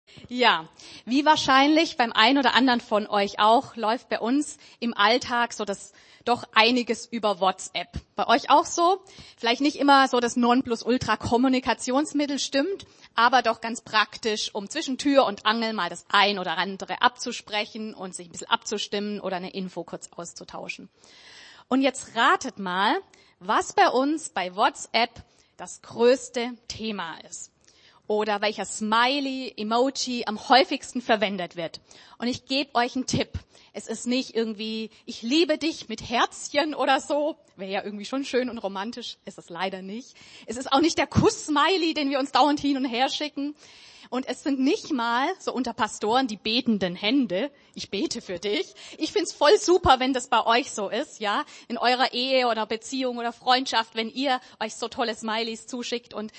Ja, wie wahrscheinlich beim einen oder anderen von euch auch, läuft bei uns im Alltag so das doch einiges über WhatsApp. Bei euch auch so? Vielleicht nicht immer so das Nonplusultra-Kommunikationsmittel stimmt, aber doch ganz praktisch, um zwischen Tür und Angel mal das ein oder andere abzusprechen und sich ein bisschen abzustimmen oder eine Info kurz auszutauschen. Und jetzt ratet mal, was bei uns bei WhatsApp das größte Thema ist. Oder welcher Smiley, Emoji am häufigsten verwendet wird. Und ich gebe euch einen Tipp. Es ist nicht irgendwie, ich liebe dich mit Herzchen oder so. Wäre ja irgendwie schon schön und romantisch, ist es leider nicht. Es ist auch nicht der Kuss-Smiley, den wir uns dauernd hin und her schicken. Und es sind nicht mal, so unter Pastoren, die betenden Hände. Ich bete für dich. Ich find's voll super, wenn das bei euch so ist, ja. In eurer Ehe oder Beziehung oder Freundschaft, wenn ihr euch so tolle Smileys zuschickt und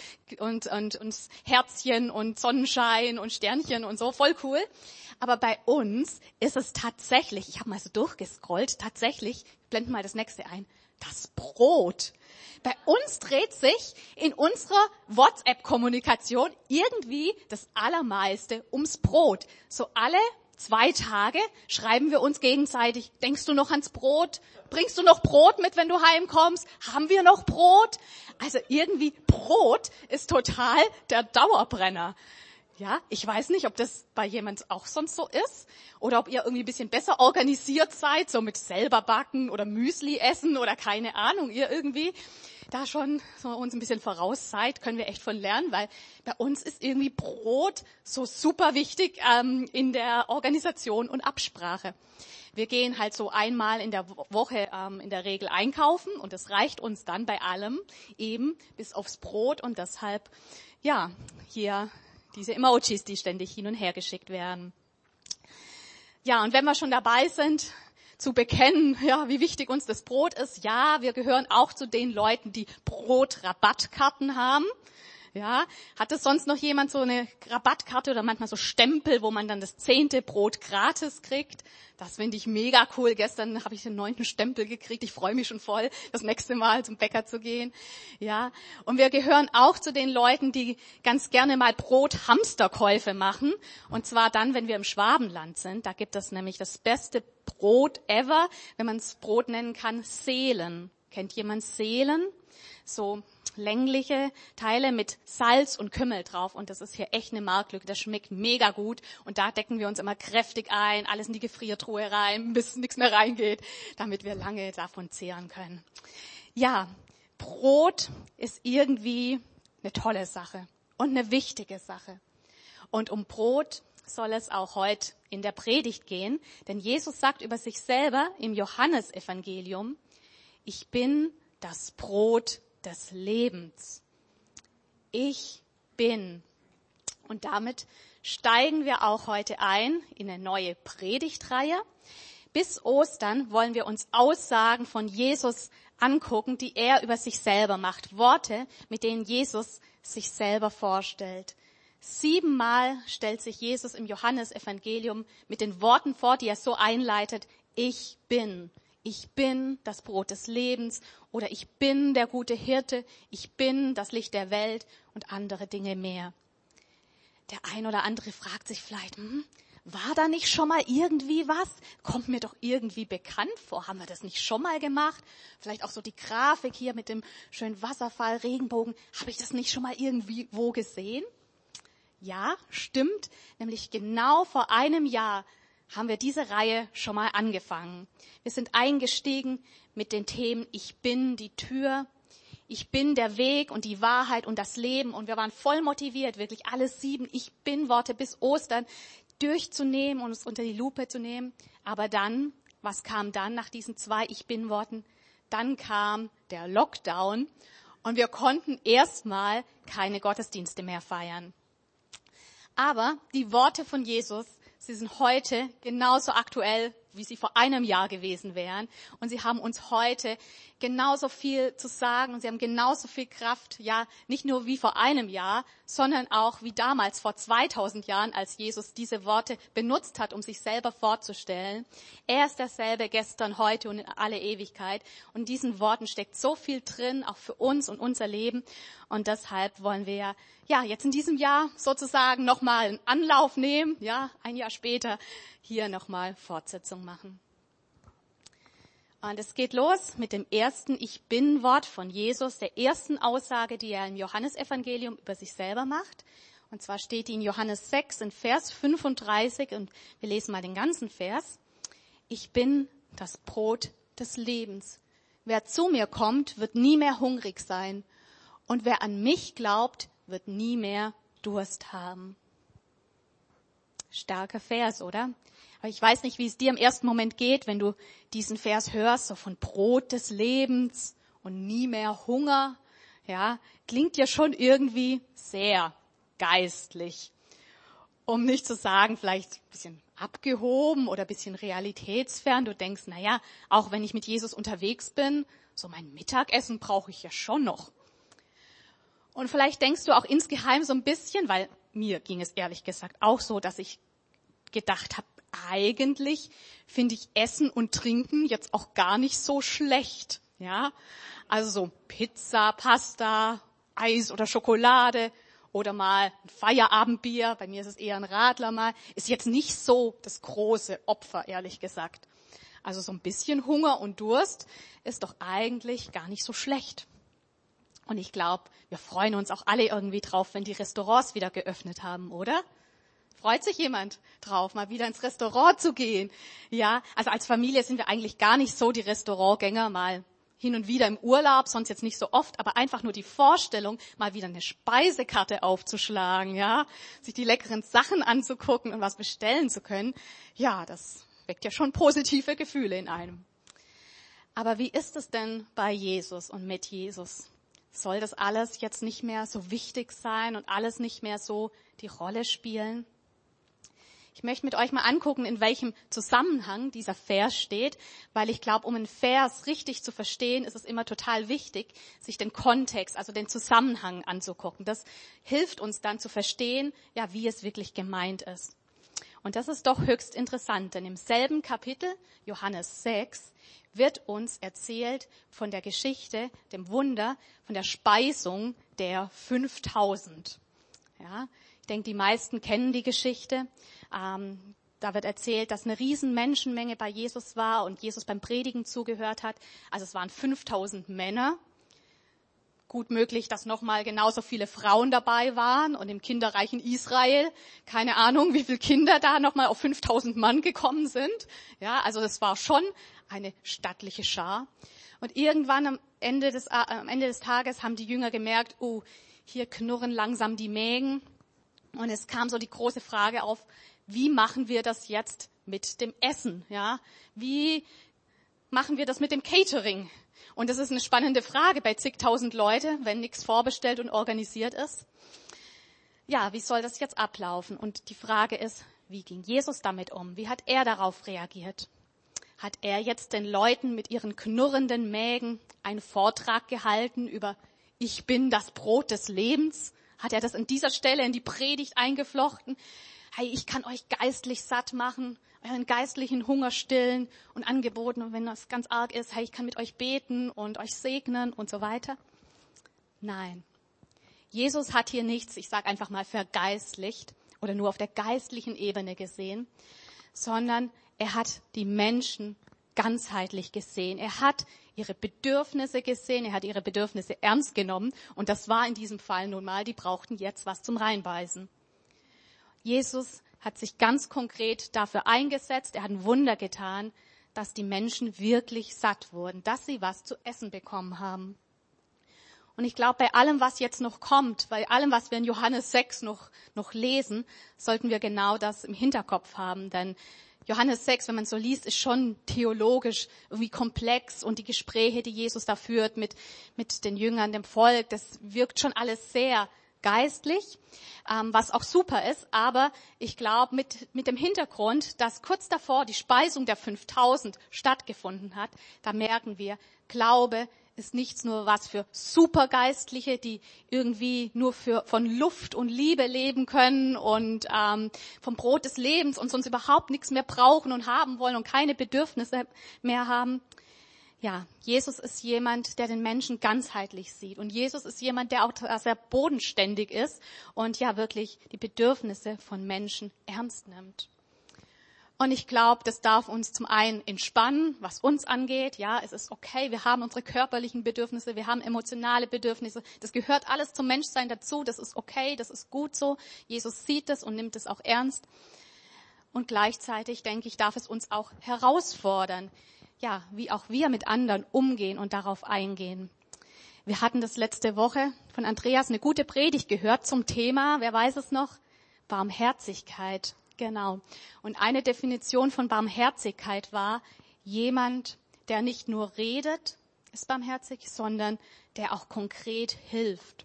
Herzchen und Sonnenschein und Sternchen und so. Voll cool. Aber bei uns ist es tatsächlich, ich habe mal so durchgescrollt, tatsächlich, blenden mal das nächste ein, das Brot. Bei uns dreht sich in unserer WhatsApp-Kommunikation irgendwie das Allermeiste ums Brot. So alle 2 Tage schreiben wir uns gegenseitig, denkst du noch ans Brot? Bringst du noch Brot mit, wenn du heimkommst? Haben wir noch Brot? Also irgendwie Brot ist total der Dauerbrenner. Ja, ich weiß nicht, ob das bei jemand auch sonst so ist oder ob ihr irgendwie ein bisschen besser organisiert seid, so mit selber backen oder Müsli essen oder keine Ahnung, ihr irgendwie da schon so uns ein bisschen voraus seid, können wir echt von lernen, weil bei uns ist irgendwie Brot so super wichtig in der Organisation und Absprache. Wir gehen halt so einmal in der Woche in der Regel einkaufen und das reicht uns dann bei allem eben bis aufs Brot und deshalb, ja, hier diese Emojis, die ständig hin und her geschickt werden. Ja, und wenn wir schon dabei sind, zu bekennen, ja, wie wichtig uns das Brot ist. Ja, wir gehören auch zu den Leuten, die Brotrabattkarten haben. Ja, hat es sonst noch jemand so eine Rabattkarte oder manchmal so Stempel, wo man dann das 10. Brot gratis kriegt? Das finde ich mega cool. Gestern habe ich den 9. Stempel gekriegt. Ich freue mich schon voll, das nächste Mal zum Bäcker zu gehen. Ja, und wir gehören auch zu den Leuten, die ganz gerne mal Brot-Hamsterkäufe machen. Und zwar dann, wenn wir im Schwabenland sind. Da gibt es nämlich das beste Brot ever, wenn man es Brot nennen kann, Seelen. Kennt jemand Seelen? So längliche Teile mit Salz und Kümmel drauf und das ist hier echt eine Marktlücke, das schmeckt mega gut und da decken wir uns immer kräftig ein, alles in die Gefriertruhe rein, bis nichts mehr reingeht, damit wir lange davon zehren können. Ja, Brot ist irgendwie eine tolle Sache und eine wichtige Sache und um Brot soll es auch heute in der Predigt gehen, denn Jesus sagt über sich selber im Johannesevangelium, ich bin das Brot des Lebens. Ich bin. Und damit steigen wir auch heute ein in eine neue Predigtreihe. Bis Ostern wollen wir uns Aussagen von Jesus angucken, die er über sich selber macht. Worte, mit denen Jesus sich selber vorstellt. 7-mal stellt sich Jesus im Johannesevangelium mit den Worten vor, die er so einleitet. Ich bin. Ich bin das Brot des Lebens oder ich bin der gute Hirte, ich bin das Licht der Welt und andere Dinge mehr. Der ein oder andere fragt sich vielleicht, war da nicht schon mal irgendwie was? Kommt mir doch irgendwie bekannt vor. Haben wir das nicht schon mal gemacht? Vielleicht auch so die Grafik hier mit dem schönen Wasserfall, Regenbogen. Habe ich das nicht schon mal irgendwie wo gesehen? Ja, stimmt. Nämlich genau vor einem Jahr haben wir diese Reihe schon mal angefangen. Wir sind eingestiegen mit den Themen Ich bin die Tür, ich bin der Weg und die Wahrheit und das Leben. Und wir waren voll motiviert, wirklich alle 7 Ich bin Worte bis Ostern durchzunehmen und es unter die Lupe zu nehmen. Aber dann, was kam dann nach diesen 2 Ich bin Worten? Dann kam der Lockdown und wir konnten erstmal keine Gottesdienste mehr feiern. Aber die Worte von Jesus, sie sind heute genauso aktuell wie sie vor einem Jahr gewesen wären. Und sie haben uns heute genauso viel zu sagen und sie haben genauso viel Kraft, ja, nicht nur wie vor einem Jahr, sondern auch wie damals vor 2000 Jahren, als Jesus diese Worte benutzt hat, um sich selber vorzustellen. Er ist derselbe gestern, heute und in alle Ewigkeit. Und in diesen Worten steckt so viel drin, auch für uns und unser Leben. Und deshalb wollen wir ja jetzt in diesem Jahr sozusagen nochmal einen Anlauf nehmen, ja, ein Jahr später hier nochmal Fortsetzung machen. Und es geht los mit dem ersten Ich Bin-Wort von Jesus, der ersten Aussage, die er im Johannesevangelium über sich selber macht. Und zwar steht die in Johannes 6 in Vers 35 und wir lesen mal den ganzen Vers. Ich bin das Brot des Lebens. Wer zu mir kommt, wird nie mehr hungrig sein. Und wer an mich glaubt, wird nie mehr Durst haben. Starker Vers, oder? Aber ich weiß nicht, wie es dir im ersten Moment geht, wenn du diesen Vers hörst, so von Brot des Lebens und nie mehr Hunger. Ja, klingt ja schon irgendwie sehr geistlich. Um nicht zu sagen, vielleicht ein bisschen abgehoben oder ein bisschen realitätsfern. Du denkst, naja, auch wenn ich mit Jesus unterwegs bin, so mein Mittagessen brauche ich ja schon noch. Und vielleicht denkst du auch insgeheim so ein bisschen, weil mir ging es ehrlich gesagt auch so, dass ich gedacht habe, eigentlich finde ich Essen und Trinken jetzt auch gar nicht so schlecht. Ja, also so Pizza, Pasta, Eis oder Schokolade oder mal ein Feierabendbier, bei mir ist es eher ein Radler mal, ist jetzt nicht so das große Opfer, ehrlich gesagt. Also so ein bisschen Hunger und Durst ist doch eigentlich gar nicht so schlecht. Und ich glaube, wir freuen uns auch alle irgendwie drauf, wenn die Restaurants wieder geöffnet haben, oder? Freut sich jemand drauf, mal wieder ins Restaurant zu gehen? Ja, also als Familie sind wir eigentlich gar nicht so die Restaurantgänger, mal hin und wieder im Urlaub, sonst jetzt nicht so oft, aber einfach nur die Vorstellung, mal wieder eine Speisekarte aufzuschlagen, ja, sich die leckeren Sachen anzugucken und was bestellen zu können. Ja, das weckt ja schon positive Gefühle in einem. Aber wie ist es denn bei Jesus und mit Jesus? Soll das alles jetzt nicht mehr so wichtig sein und alles nicht mehr so die Rolle spielen? Ich möchte mit euch mal angucken, in welchem Zusammenhang dieser Vers steht, weil ich glaube, um einen Vers richtig zu verstehen, ist es immer total wichtig, sich den Kontext, also den Zusammenhang anzugucken. Das hilft uns dann zu verstehen, ja, wie es wirklich gemeint ist. Und das ist doch höchst interessant, denn im selben Kapitel, Johannes 6, wird uns erzählt von der Geschichte, dem Wunder, von der Speisung der 5000. Ja, ich denke, die meisten kennen die Geschichte. Da wird erzählt, dass eine riesen Menschenmenge bei Jesus war und Jesus beim Predigen zugehört hat. Also es waren 5000 Männer. Gut möglich, dass nochmal genauso viele Frauen dabei waren und im kinderreichen Israel, keine Ahnung, wie viele Kinder da nochmal auf 5000 Mann gekommen sind. Ja, also das war schon eine stattliche Schar. Und irgendwann am Ende des Tages haben die Jünger gemerkt, hier knurren langsam die Mägen. Und es kam so die große Frage auf, wie machen wir das jetzt mit dem Essen? Ja, wie machen wir das mit dem Catering? Und das ist eine spannende Frage bei zigtausend Leute, wenn nichts vorbestellt und organisiert ist. Ja, wie soll das jetzt ablaufen? Und die Frage ist, wie ging Jesus damit um? Wie hat er darauf reagiert? Hat er jetzt den Leuten mit ihren knurrenden Mägen einen Vortrag gehalten über Ich bin das Brot des Lebens? Hat er das an dieser Stelle in die Predigt eingeflochten? Hey, ich kann euch geistlich satt machen, euren geistlichen Hunger stillen und angeboten. Und wenn das ganz arg ist, hey, ich kann mit euch beten und euch segnen und so weiter. Nein. Jesus hat hier nichts, ich sage einfach mal vergeistlicht oder nur auf der geistlichen Ebene gesehen, sondern er hat die Menschen ganzheitlich gesehen. Er hat ihre Bedürfnisse gesehen, er hat ihre Bedürfnisse ernst genommen und das war in diesem Fall nun mal, die brauchten jetzt was zum Reinbeißen. Jesus hat sich ganz konkret dafür eingesetzt, er hat ein Wunder getan, dass die Menschen wirklich satt wurden, dass sie was zu essen bekommen haben. Und ich glaube, bei allem, was jetzt noch kommt, bei allem, was wir in Johannes 6 noch lesen, sollten wir genau das im Hinterkopf haben, denn Johannes 6, wenn man so liest, ist schon theologisch irgendwie komplex und die Gespräche, die Jesus da führt mit den Jüngern, dem Volk, das wirkt schon alles sehr geistlich, was auch super ist, aber ich glaube mit dem Hintergrund, dass kurz davor die Speisung der 5000 stattgefunden hat, da merken wir, Glaube ist nichts nur was für Supergeistliche, die irgendwie nur von Luft und Liebe leben können und vom Brot des Lebens und sonst überhaupt nichts mehr brauchen und haben wollen und keine Bedürfnisse mehr haben. Ja, Jesus ist jemand, der den Menschen ganzheitlich sieht. Und Jesus ist jemand, der auch sehr bodenständig ist und ja wirklich die Bedürfnisse von Menschen ernst nimmt. Und ich glaube, das darf uns zum einen entspannen, was uns angeht. Ja, es ist okay, wir haben unsere körperlichen Bedürfnisse, wir haben emotionale Bedürfnisse. Das gehört alles zum Menschsein dazu. Das ist okay, das ist gut so. Jesus sieht es und nimmt es auch ernst. Und gleichzeitig, denke ich, darf es uns auch herausfordern, ja, wie auch wir mit anderen umgehen und darauf eingehen. Wir hatten das letzte Woche von Andreas eine gute Predigt gehört zum Thema, wer weiß es noch? Barmherzigkeit, genau. Und eine Definition von Barmherzigkeit war, jemand, der nicht nur redet, ist barmherzig, sondern der auch konkret hilft.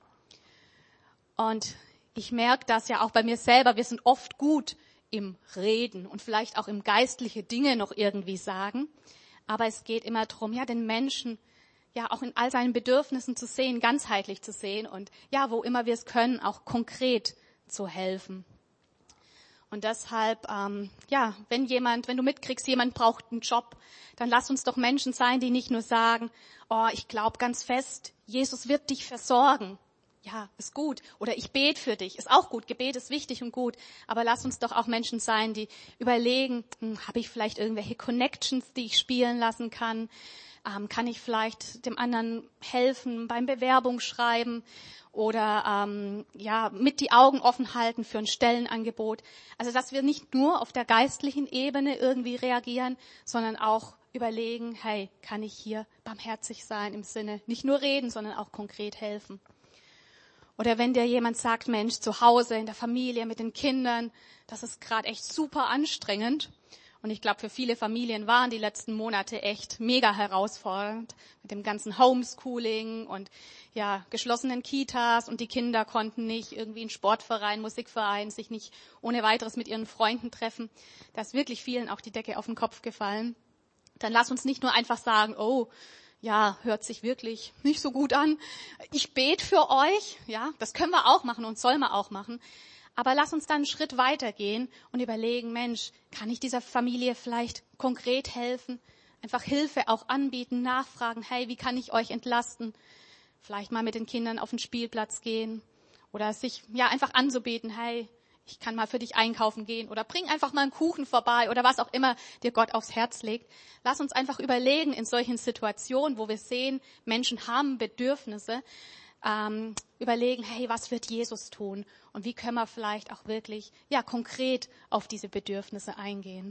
Und ich merke das ja auch bei mir selber, wir sind oft gut im Reden und vielleicht auch im geistliche Dinge noch irgendwie sagen. Aber es geht immer darum, ja, den Menschen ja auch in all seinen Bedürfnissen zu sehen, ganzheitlich zu sehen und ja, wo immer wir es können, auch konkret zu helfen. Und deshalb, ja, wenn du mitkriegst, jemand braucht einen Job, dann lass uns doch Menschen sein, die nicht nur sagen, oh, ich glaube ganz fest, Jesus wird dich versorgen. Ja, ist gut. Oder ich bete für dich. Ist auch gut. Gebet ist wichtig und gut. Aber lass uns doch auch Menschen sein, die überlegen, habe ich vielleicht irgendwelche Connections, die ich spielen lassen kann? Kann ich vielleicht dem anderen helfen beim Bewerbungsschreiben? Oder ja, mit die Augen offen halten für ein Stellenangebot. Also, dass wir nicht nur auf der geistlichen Ebene irgendwie reagieren, sondern auch überlegen, hey, kann ich hier barmherzig sein im Sinne, nicht nur reden, sondern auch konkret helfen. Oder wenn dir jemand sagt, Mensch, zu Hause, in der Familie, mit den Kindern, das ist gerade echt super anstrengend. Und ich glaube, für viele Familien waren die letzten Monate echt mega herausfordernd mit dem ganzen Homeschooling und ja, geschlossenen Kitas und die Kinder konnten nicht irgendwie in Sportverein, Musikverein, sich nicht ohne weiteres mit ihren Freunden treffen. Da ist wirklich vielen auch die Decke auf den Kopf gefallen. Dann lass uns nicht nur einfach sagen, oh, ja, hört sich wirklich nicht so gut an. Ich bete für euch, ja, das können wir auch machen und soll man auch machen. Aber lass uns dann einen Schritt weitergehen und überlegen, Mensch, kann ich dieser Familie vielleicht konkret helfen? Einfach Hilfe auch anbieten, nachfragen, hey, wie kann ich euch entlasten? Vielleicht mal mit den Kindern auf den Spielplatz gehen oder sich ja einfach anzubieten, hey, ich kann mal für dich einkaufen gehen oder bring einfach mal einen Kuchen vorbei oder was auch immer dir Gott aufs Herz legt. Lass uns einfach überlegen in solchen Situationen, wo wir sehen, Menschen haben Bedürfnisse, überlegen, hey, was wird Jesus tun? Und wie können wir vielleicht auch wirklich, ja, konkret auf diese Bedürfnisse eingehen?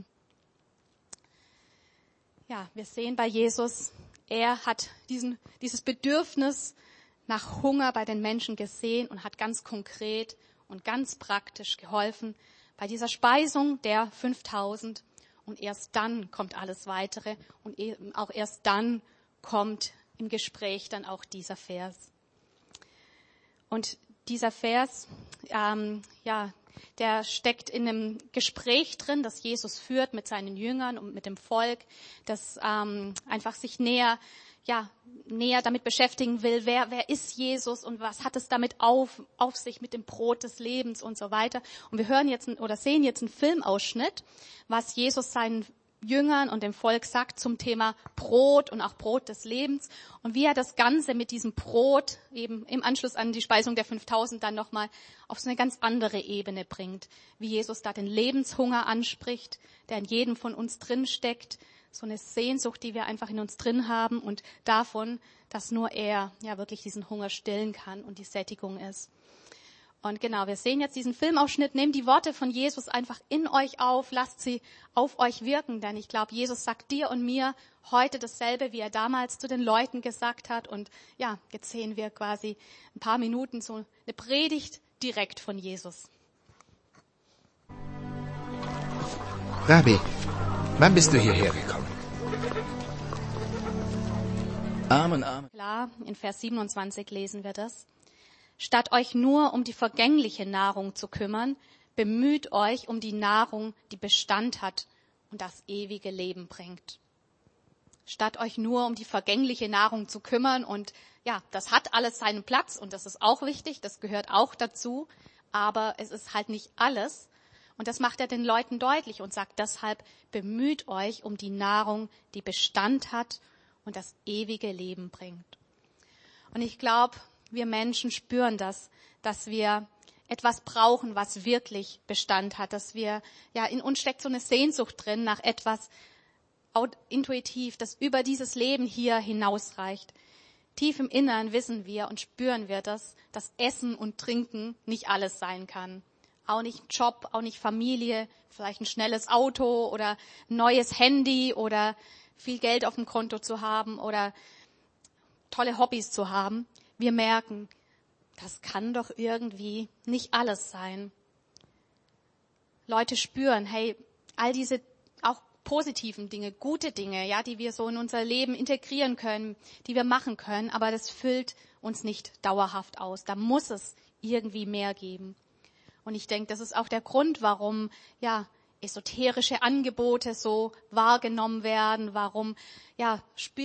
Ja, wir sehen bei Jesus, er hat dieses Bedürfnis nach Hunger bei den Menschen gesehen und hat ganz konkret und ganz praktisch geholfen bei dieser Speisung der 5000. Und erst dann kommt alles Weitere und eben auch erst dann kommt im Gespräch dann auch dieser Vers. Und dieser Vers, ja, der steckt in einem Gespräch drin, das Jesus führt mit seinen Jüngern und mit dem Volk, das einfach sich näher damit beschäftigen will, wer ist Jesus und was hat es damit auf sich mit dem Brot des Lebens und so weiter. Und wir sehen jetzt einen Filmausschnitt, was Jesus seinen Jüngern und dem Volk sagt zum Thema Brot und auch Brot des Lebens und wie er das Ganze mit diesem Brot eben im Anschluss an die Speisung der 5000 dann nochmal auf so eine ganz andere Ebene bringt. Wie Jesus da den Lebenshunger anspricht, der in jedem von uns drin steckt. So eine Sehnsucht, die wir einfach in uns drin haben und davon, dass nur er ja wirklich diesen Hunger stillen kann und die Sättigung ist. Und genau, wir sehen jetzt diesen Filmausschnitt, nehmt die Worte von Jesus einfach in euch auf, lasst sie auf euch wirken, denn ich glaube, Jesus sagt dir und mir heute dasselbe, wie er damals zu den Leuten gesagt hat. Und ja, jetzt sehen wir quasi ein paar Minuten so eine Predigt direkt von Jesus. Rabbi, wann bist du hierher gekommen? Amen, Amen. Klar, in Vers 27 lesen wir das. Statt euch nur um die vergängliche Nahrung zu kümmern, bemüht euch um die Nahrung, die Bestand hat und das ewige Leben bringt. Statt euch nur um die vergängliche Nahrung zu kümmern, und ja, das hat alles seinen Platz und das ist auch wichtig, das gehört auch dazu, aber es ist halt nicht alles. Und das macht er den Leuten deutlich und sagt deshalb, bemüht euch um die Nahrung, die Bestand hat und das ewige Leben bringt. Und ich glaube, wir Menschen spüren das, dass wir etwas brauchen, was wirklich Bestand hat, dass wir, ja, in uns steckt so eine Sehnsucht drin nach etwas intuitiv, das über dieses Leben hier hinausreicht. Tief im Innern wissen wir und spüren wir das, dass Essen und Trinken nicht alles sein kann. Auch nicht ein Job, auch nicht Familie, vielleicht ein schnelles Auto oder ein neues Handy oder viel Geld auf dem Konto zu haben oder tolle Hobbys zu haben. Wir merken, das kann doch irgendwie nicht alles sein. Leute spüren, hey, all diese auch positiven Dinge, gute Dinge, ja, die wir so in unser Leben integrieren können, die wir machen können, aber das füllt uns nicht dauerhaft aus. Da muss es irgendwie mehr geben. Und ich denke, das ist auch der Grund, warum, ja, esoterische Angebote so wahrgenommen werden, warum, ja,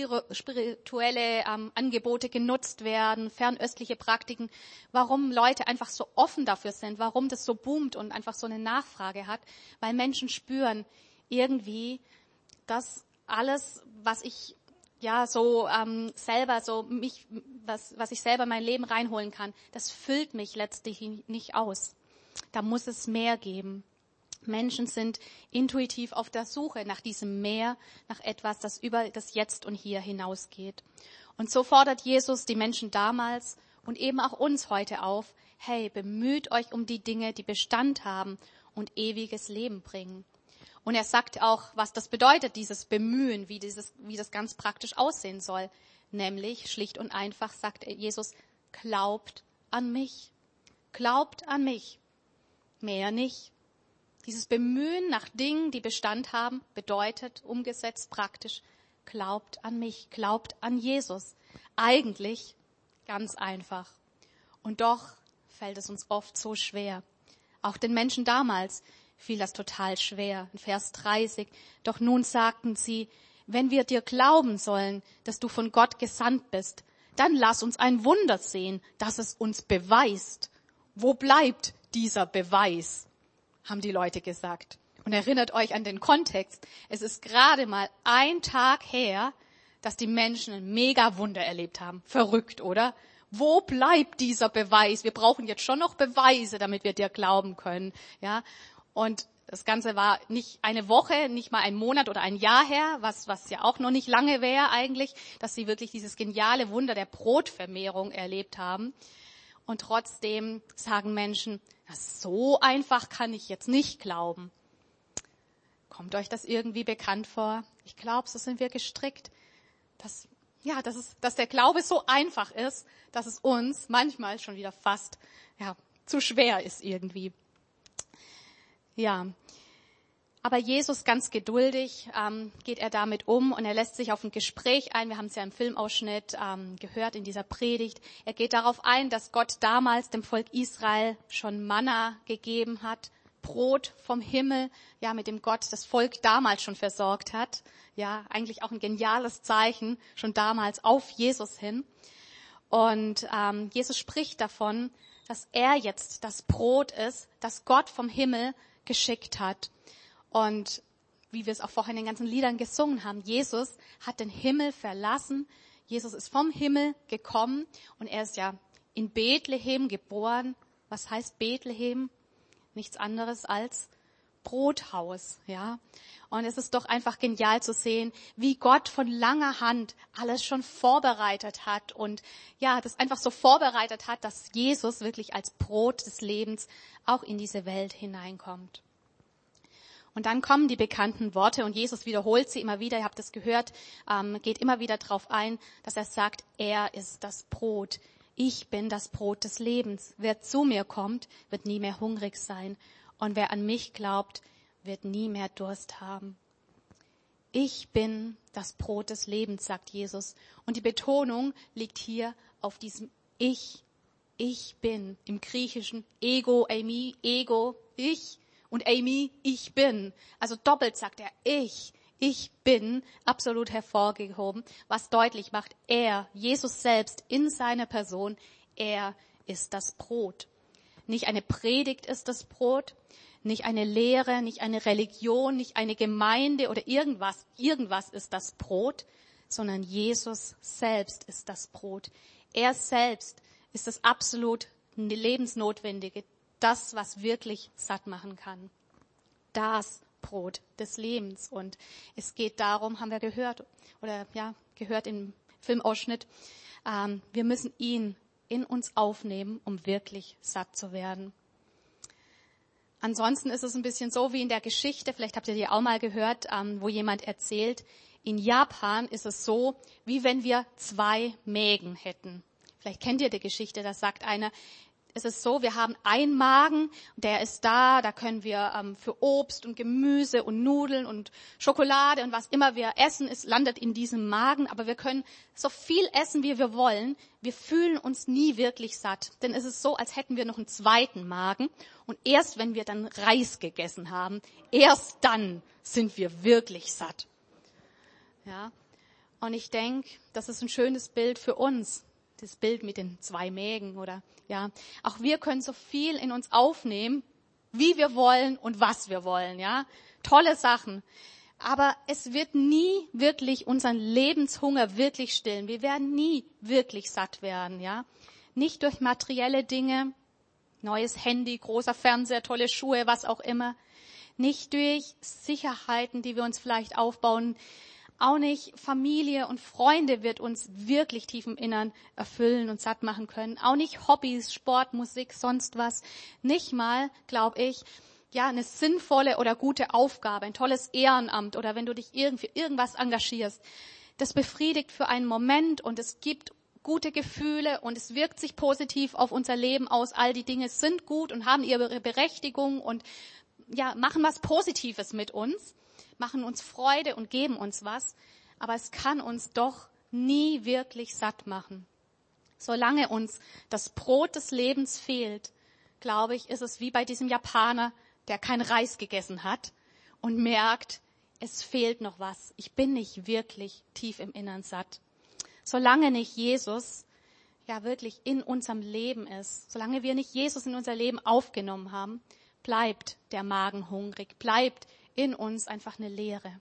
spirituelle Angebote genutzt werden, fernöstliche Praktiken, warum Leute einfach so offen dafür sind, warum das so boomt und einfach so eine Nachfrage hat, weil Menschen spüren irgendwie, dass alles, was ich ja so selber so mich, was ich selber in mein Leben reinholen kann, das füllt mich letztlich nicht aus. Da muss es mehr geben. Menschen sind intuitiv auf der Suche nach diesem Mehr, nach etwas, das über das Jetzt und Hier hinausgeht. Und so fordert Jesus die Menschen damals und eben auch uns heute auf, hey, bemüht euch um die Dinge, die Bestand haben und ewiges Leben bringen. Und er sagt auch, was das bedeutet, dieses Bemühen, wie das ganz praktisch aussehen soll. Nämlich, schlicht und einfach, sagt Jesus, glaubt an mich. Glaubt an mich. Mehr nicht. Dieses Bemühen nach Dingen, die Bestand haben, bedeutet, umgesetzt praktisch, glaubt an mich, glaubt an Jesus. Eigentlich ganz einfach. Und doch fällt es uns oft so schwer. Auch den Menschen damals fiel das total schwer. In Vers 30. Doch nun sagten sie, wenn wir dir glauben sollen, dass du von Gott gesandt bist, dann lass uns ein Wunder sehen, das es uns beweist. Wo bleibt dieser Beweis? Haben die Leute gesagt. Und erinnert euch an den Kontext. Es ist gerade mal ein Tag her, dass die Menschen ein Mega-Wunder erlebt haben. Verrückt, oder? Wo bleibt dieser Beweis? Wir brauchen jetzt schon noch Beweise, damit wir dir glauben können. Ja. Und das Ganze war nicht eine Woche, nicht mal ein Monat oder ein Jahr her, was ja auch noch nicht lange wäre eigentlich, dass sie wirklich dieses geniale Wunder der Brotvermehrung erlebt haben. Und trotzdem sagen Menschen, so einfach kann ich jetzt nicht glauben. Kommt euch das irgendwie bekannt vor? Ich glaube, so sind wir gestrickt, dass der Glaube so einfach ist, dass es uns manchmal schon wieder fast zu schwer ist irgendwie. Ja, aber Jesus ganz geduldig geht er damit um und er lässt sich auf ein Gespräch ein. Wir haben es ja im Filmausschnitt gehört in dieser Predigt. Er geht darauf ein, dass Gott damals dem Volk Israel schon Manna gegeben hat, Brot vom Himmel, ja, mit dem Gott das Volk damals schon versorgt hat. Ja, eigentlich auch ein geniales Zeichen, schon damals auf Jesus hin. Und Jesus spricht davon, dass er jetzt das Brot ist, das Gott vom Himmel geschickt hat. Und wie wir es auch vorhin in den ganzen Liedern gesungen haben, Jesus hat den Himmel verlassen. Jesus ist vom Himmel gekommen und er ist ja in Bethlehem geboren. Was heißt Bethlehem? Nichts anderes als Brothaus, ja. Und es ist doch einfach genial zu sehen, wie Gott von langer Hand alles schon vorbereitet hat und ja, das einfach so vorbereitet hat, dass Jesus wirklich als Brot des Lebens auch in diese Welt hineinkommt. Und dann kommen die bekannten Worte und Jesus wiederholt sie immer wieder. Ihr habt es gehört, geht immer wieder darauf ein, dass er sagt, er ist das Brot. Ich bin das Brot des Lebens. Wer zu mir kommt, wird nie mehr hungrig sein. Und wer an mich glaubt, wird nie mehr Durst haben. Ich bin das Brot des Lebens, sagt Jesus. Und die Betonung liegt hier auf diesem Ich. ich bin. Im Griechischen Ego, Eimi, Ego, ich und Eimi, ich bin. Also doppelt sagt er, ich bin, absolut hervorgehoben, was deutlich macht, Jesus selbst in seiner Person, er ist das Brot. Nicht eine Predigt ist das Brot, nicht eine Lehre, nicht eine Religion, nicht eine Gemeinde oder irgendwas ist das Brot, sondern Jesus selbst ist das Brot. Er selbst ist das absolut Lebensnotwendige, das, was wirklich satt machen kann. Das Brot des Lebens. Und es geht darum, haben wir gehört im Filmausschnitt, wir müssen ihn in uns aufnehmen, um wirklich satt zu werden. Ansonsten ist es ein bisschen so wie in der Geschichte, vielleicht habt ihr die auch mal gehört, wo jemand erzählt, in Japan ist es so, wie wenn wir 2 Mägen hätten. Vielleicht kennt ihr die Geschichte, da sagt einer, es ist so, wir haben einen Magen, der ist da können wir für Obst und Gemüse und Nudeln und Schokolade und was immer wir essen, es landet in diesem Magen, aber wir können so viel essen, wie wir wollen. Wir fühlen uns nie wirklich satt, denn es ist so, als hätten wir noch einen zweiten Magen und erst wenn wir dann Reis gegessen haben, erst dann sind wir wirklich satt. Ja, und ich denke, das ist ein schönes Bild für uns. Das Bild mit den 2 Mägen oder ja, auch wir können so viel in uns aufnehmen, wie wir wollen und was wir wollen, ja. Tolle Sachen. Aber es wird nie wirklich unseren Lebenshunger wirklich stillen. Wir werden nie wirklich satt werden, ja. Nicht durch materielle Dinge, neues Handy, großer Fernseher, tolle Schuhe, was auch immer. Nicht durch Sicherheiten, die wir uns vielleicht aufbauen. Auch nicht Familie und Freunde wird uns wirklich tief im Innern erfüllen und satt machen können. Auch nicht Hobbys, Sport, Musik, sonst was. Nicht mal, glaube ich, ja, eine sinnvolle oder gute Aufgabe, ein tolles Ehrenamt oder wenn du dich für irgendwas engagierst. Das befriedigt für einen Moment und es gibt gute Gefühle und es wirkt sich positiv auf unser Leben aus. All die Dinge sind gut und haben ihre Berechtigung und ja, machen was Positives mit uns. Machen uns Freude und geben uns was, aber es kann uns doch nie wirklich satt machen. Solange uns das Brot des Lebens fehlt, glaube ich, ist es wie bei diesem Japaner, der kein Reis gegessen hat und merkt, es fehlt noch was. Ich bin nicht wirklich tief im Innern satt. Solange nicht Jesus ja wirklich in unserem Leben ist, solange wir nicht Jesus in unser Leben aufgenommen haben, bleibt der Magen hungrig, bleibt in uns einfach eine Leere.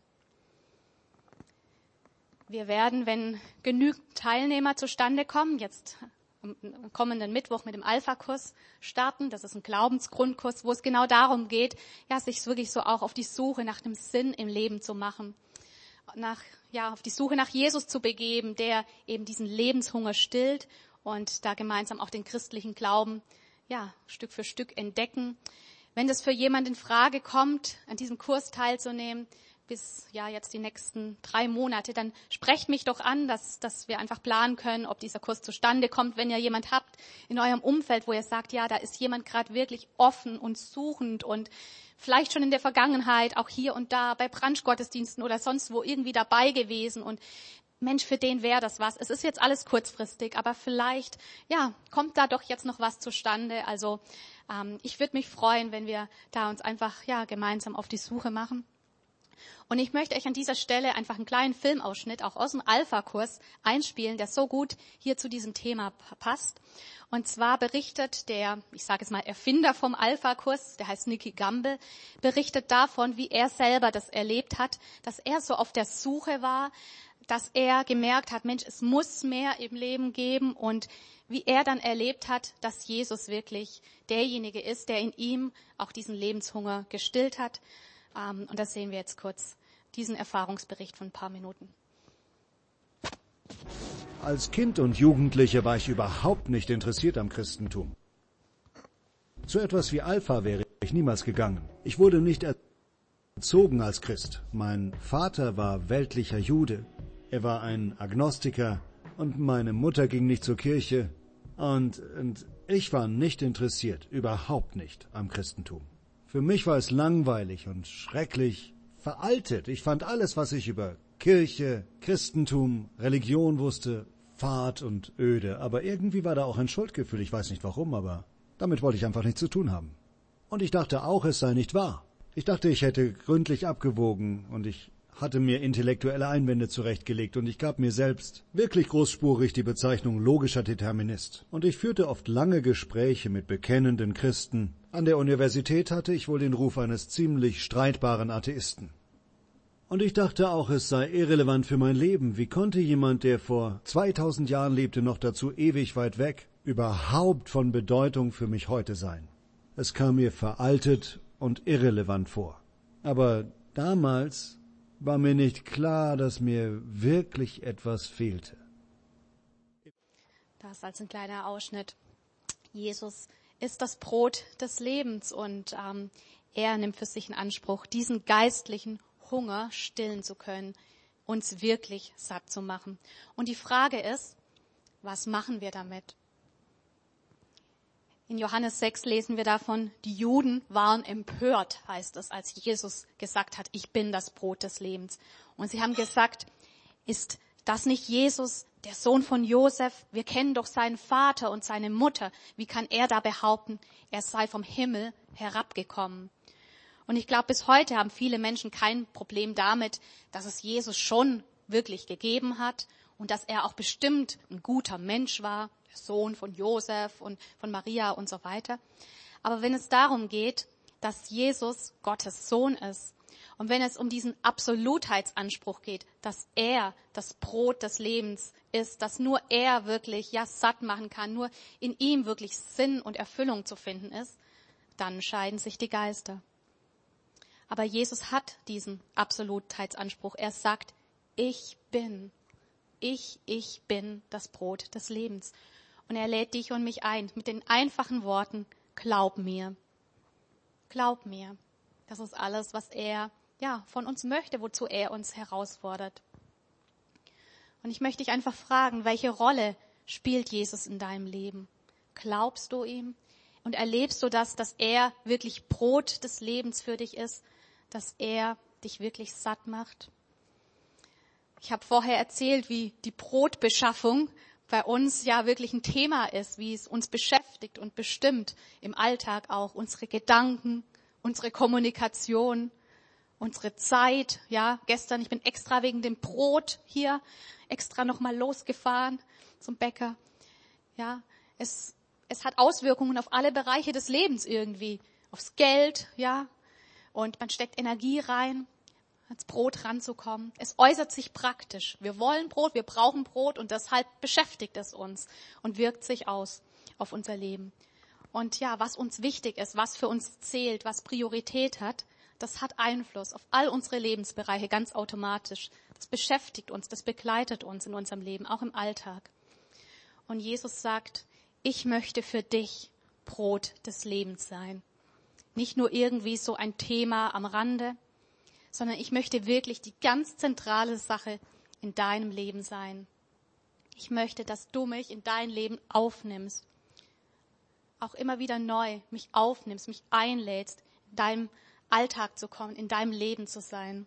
Wir werden, wenn genügend Teilnehmer zustande kommen, jetzt am kommenden Mittwoch mit dem Alpha-Kurs starten. Das ist ein Glaubensgrundkurs, wo es genau darum geht, ja, sich wirklich so auch auf die Suche nach dem Sinn im Leben zu machen. Auf die Suche nach Jesus zu begeben, der eben diesen Lebenshunger stillt und da gemeinsam auch den christlichen Glauben, ja, Stück für Stück entdecken. Wenn das für jemanden in Frage kommt, an diesem Kurs teilzunehmen, bis ja jetzt die nächsten 3 Monate, dann sprecht mich doch an, dass wir einfach planen können, ob dieser Kurs zustande kommt. Wenn ihr jemand habt in eurem Umfeld, wo ihr sagt, ja, da ist jemand gerade wirklich offen und suchend und vielleicht schon in der Vergangenheit auch hier und da bei Brunch-Gottesdiensten oder sonst wo irgendwie dabei gewesen und Mensch, für den wäre das was. Es ist jetzt alles kurzfristig, aber vielleicht, ja, kommt da doch jetzt noch was zustande. Also ich würde mich freuen, wenn wir da uns einfach ja gemeinsam auf die Suche machen. Und ich möchte euch an dieser Stelle einfach einen kleinen Filmausschnitt auch aus dem Alpha-Kurs einspielen, der so gut hier zu diesem Thema passt. Und zwar berichtet der, ich sage es mal, Erfinder vom Alpha-Kurs, der heißt Nicky Gamble, berichtet davon, wie er selber das erlebt hat, dass er so auf der Suche war, dass er gemerkt hat, Mensch, es muss mehr im Leben geben und wie er dann erlebt hat, dass Jesus wirklich derjenige ist, der in ihm auch diesen Lebenshunger gestillt hat. Und das sehen wir jetzt kurz, diesen Erfahrungsbericht von ein paar Minuten. Als Kind und Jugendlicher war ich überhaupt nicht interessiert am Christentum. Zu etwas wie Alpha wäre ich niemals gegangen. Ich wurde nicht erzogen als Christ. Mein Vater war weltlicher Jude. Er war ein Agnostiker und meine Mutter ging nicht zur Kirche. Und ich war nicht interessiert, überhaupt nicht am Christentum. Für mich war es langweilig und schrecklich veraltet. Ich fand alles, was ich über Kirche, Christentum, Religion wusste, fad und öde, aber irgendwie war da auch ein Schuldgefühl, ich weiß nicht warum, aber damit wollte ich einfach nichts zu tun haben. Und ich dachte auch, es sei nicht wahr. Ich dachte, ich hätte gründlich abgewogen und ich hatte mir intellektuelle Einwände zurechtgelegt und ich gab mir selbst wirklich großspurig die Bezeichnung logischer Determinist. Und ich führte oft lange Gespräche mit bekennenden Christen. An der Universität hatte ich wohl den Ruf eines ziemlich streitbaren Atheisten. Und ich dachte auch, es sei irrelevant für mein Leben. Wie konnte jemand, der vor 2000 Jahren lebte, noch dazu ewig weit weg, überhaupt von Bedeutung für mich heute sein? Es kam mir veraltet und irrelevant vor. Aber damals war mir nicht klar, dass mir wirklich etwas fehlte. Das als ein kleiner Ausschnitt. Jesus ist das Brot des Lebens und er nimmt für sich in Anspruch, diesen geistlichen Hunger stillen zu können, uns wirklich satt zu machen. Und die Frage ist, was machen wir damit? In Johannes 6 lesen wir davon, die Juden waren empört, heißt es, als Jesus gesagt hat, ich bin das Brot des Lebens. Und sie haben gesagt, ist das nicht Jesus, der Sohn von Josef? Wir kennen doch seinen Vater und seine Mutter. Wie kann er da behaupten, er sei vom Himmel herabgekommen? Und ich glaube, bis heute haben viele Menschen kein Problem damit, dass es Jesus schon wirklich gegeben hat und dass er auch bestimmt ein guter Mensch war, der Sohn von Josef und von Maria und so weiter. Aber wenn es darum geht, dass Jesus Gottes Sohn ist und wenn es um diesen Absolutheitsanspruch geht, dass er das Brot des Lebens ist, dass nur er wirklich satt machen kann, nur in ihm wirklich Sinn und Erfüllung zu finden ist, dann scheiden sich die Geister. Aber Jesus hat diesen Absolutheitsanspruch. Er sagt, ich bin das Brot des Lebens. Und er lädt dich und mich ein mit den einfachen Worten, glaub mir. Glaub mir. Das ist alles, was er von uns möchte, wozu er uns herausfordert. Und ich möchte dich einfach fragen, welche Rolle spielt Jesus in deinem Leben? Glaubst du ihm? Und erlebst du das, dass er wirklich Brot des Lebens für dich ist? Dass er dich wirklich satt macht? Ich habe vorher erzählt, wie die Brotbeschaffung bei uns wirklich ein Thema ist, wie es uns beschäftigt und bestimmt im Alltag auch. Unsere Gedanken, unsere Kommunikation, unsere Zeit. Gestern, ich bin extra wegen dem Brot hier, extra nochmal losgefahren zum Bäcker. Es hat Auswirkungen auf alle Bereiche des Lebens irgendwie. Aufs Geld, und man steckt Energie rein, ans Brot ranzukommen. Es äußert sich praktisch. Wir wollen Brot, wir brauchen Brot und deshalb beschäftigt es uns und wirkt sich aus auf unser Leben. Und was uns wichtig ist, was für uns zählt, was Priorität hat, das hat Einfluss auf all unsere Lebensbereiche ganz automatisch. Das beschäftigt uns, das begleitet uns in unserem Leben, auch im Alltag. Und Jesus sagt, ich möchte für dich Brot des Lebens sein. Nicht nur irgendwie so ein Thema am Rande, sondern ich möchte wirklich die ganz zentrale Sache in deinem Leben sein. Ich möchte, dass du mich in dein Leben aufnimmst. Auch immer wieder neu mich aufnimmst, mich einlädst, in deinem Alltag zu kommen, in deinem Leben zu sein.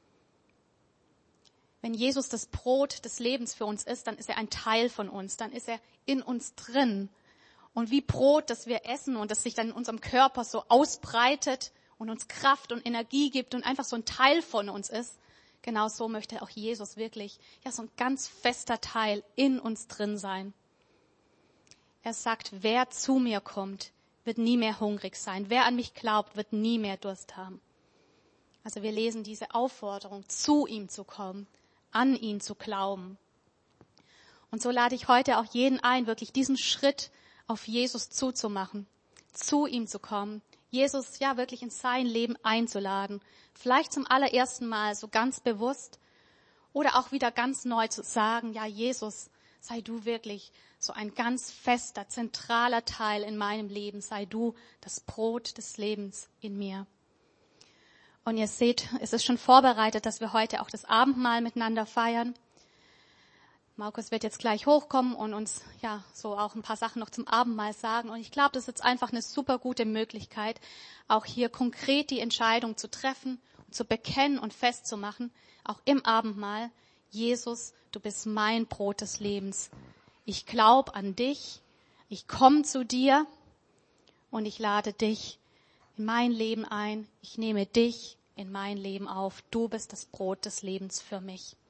Wenn Jesus das Brot des Lebens für uns ist, dann ist er ein Teil von uns, dann ist er in uns drin. Und wie Brot, das wir essen und das sich dann in unserem Körper so ausbreitet und uns Kraft und Energie gibt und einfach so ein Teil von uns ist, genau so möchte auch Jesus wirklich, so ein ganz fester Teil in uns drin sein. Er sagt, wer zu mir kommt, wird nie mehr hungrig sein. Wer an mich glaubt, wird nie mehr Durst haben. Also wir lesen diese Aufforderung, zu ihm zu kommen, an ihn zu glauben. Und so lade ich heute auch jeden ein, wirklich diesen Schritt auf Jesus zuzumachen, zu ihm zu kommen, Jesus wirklich in sein Leben einzuladen, vielleicht zum allerersten Mal so ganz bewusst oder auch wieder ganz neu zu sagen, Jesus, sei du wirklich so ein ganz fester, zentraler Teil in meinem Leben, sei du das Brot des Lebens in mir. Und ihr seht, es ist schon vorbereitet, dass wir heute auch das Abendmahl miteinander feiern. Markus wird jetzt gleich hochkommen und uns so auch ein paar Sachen noch zum Abendmahl sagen. Und ich glaube, das ist jetzt einfach eine super gute Möglichkeit, auch hier konkret die Entscheidung zu treffen, zu bekennen und festzumachen, auch im Abendmahl, Jesus, du bist mein Brot des Lebens. Ich glaube an dich, ich komme zu dir und ich lade dich in mein Leben ein. Ich nehme dich in mein Leben auf. Du bist das Brot des Lebens für mich.